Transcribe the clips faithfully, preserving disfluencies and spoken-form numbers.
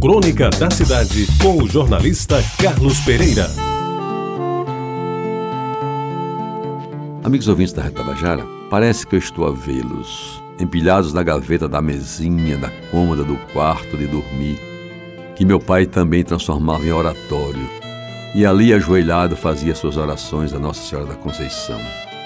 Crônica da Cidade, com o jornalista Carlos Pereira. Amigos ouvintes da Rede Tabajara, parece que eu estou a vê-los, empilhados na gaveta da mesinha, da cômoda do quarto de dormir, que meu pai também transformava em oratório, e ali ajoelhado fazia suas orações a Nossa Senhora da Conceição.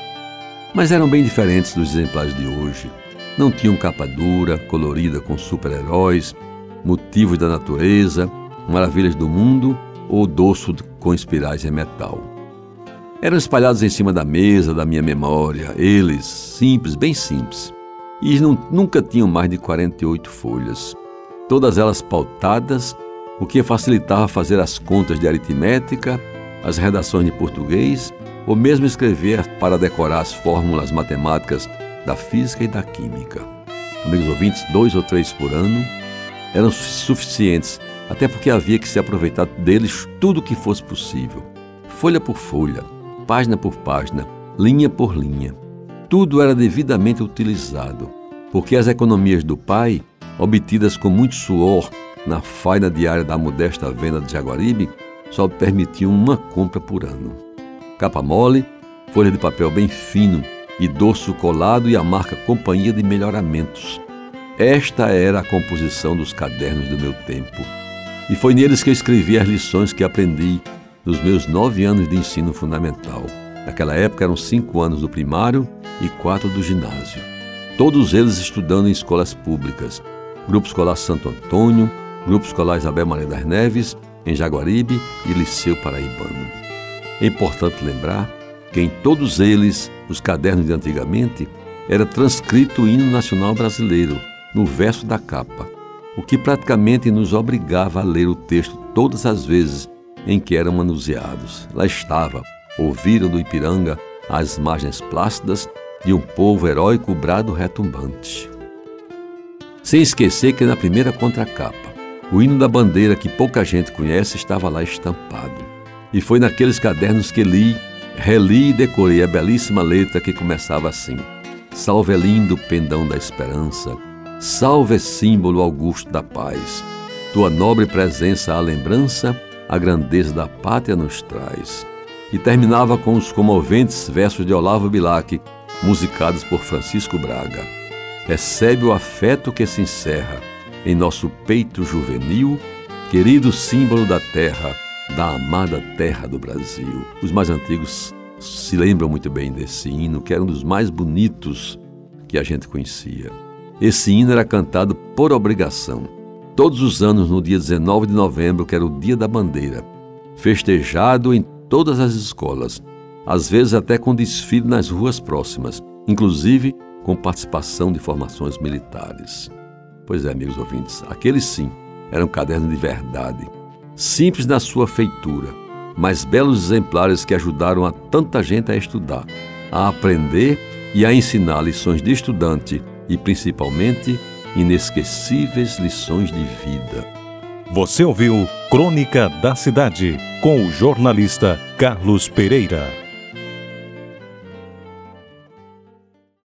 Mas eram bem diferentes dos exemplares de hoje. Não tinham capa dura, colorida com super-heróis, motivos da natureza, maravilhas do mundo ou dorso com espirais em metal. Eram espalhados em cima da mesa da minha memória, eles, simples, bem simples, e não, nunca tinham mais de quarenta e oito folhas, todas elas pautadas, o que facilitava fazer as contas de aritmética, as redações de português, ou mesmo escrever para decorar as fórmulas matemáticas da física e da química. Amigos ouvintes, dois ou três por ano eram suficientes, até porque havia que se aproveitar deles tudo o que fosse possível. Folha por folha, página por página, linha por linha. Tudo era devidamente utilizado, porque as economias do pai, obtidas com muito suor na faina diária da modesta venda de Jaguaribe, só permitiam uma compra por ano. Capa mole, folha de papel bem fino e dorso colado e a marca Companhia de Melhoramentos. Esta era a composição dos cadernos do meu tempo. E foi neles que eu escrevi as lições que aprendi nos meus nove anos de ensino fundamental. Naquela época eram cinco anos do primário e quatro do ginásio. Todos eles estudando em escolas públicas. Grupo Escolar Santo Antônio, Grupo Escolar Isabel Maria das Neves, em Jaguaribe e Liceu Paraibano. É importante lembrar que em todos eles, os cadernos de antigamente, era transcrito o hino nacional brasileiro, no verso da capa, o que praticamente nos obrigava a ler o texto todas as vezes em que eram manuseados. Lá estava, ouviram do Ipiranga as margens plácidas de um povo heróico brado retumbante. Sem esquecer que na primeira contracapa, o hino da bandeira que pouca gente conhece estava lá estampado. E foi naqueles cadernos que li, reli e decorei a belíssima letra que começava assim: Salve lindo pendão da esperança, salve símbolo augusto da paz, tua nobre presença à lembrança, a grandeza da pátria nos traz. E terminava com os comoventes versos de Olavo Bilac, musicados por Francisco Braga. Recebe o afeto que se encerra em nosso peito juvenil, querido símbolo da terra, da amada terra do Brasil. Os mais antigos se lembram muito bem desse hino, que era um dos mais bonitos que a gente conhecia. Esse hino era cantado por obrigação, todos os anos no dia dezenove de novembro, que era o Dia da Bandeira, festejado em todas as escolas, às vezes até com desfile nas ruas próximas, inclusive com participação de formações militares. Pois é, amigos ouvintes, aqueles sim eram cadernos de verdade, simples na sua feitura, mas belos exemplares que ajudaram a tanta gente a estudar, a aprender e a ensinar lições de estudante e, principalmente, inesquecíveis lições de vida. Você ouviu Crônica da Cidade, com o jornalista Carlos Pereira.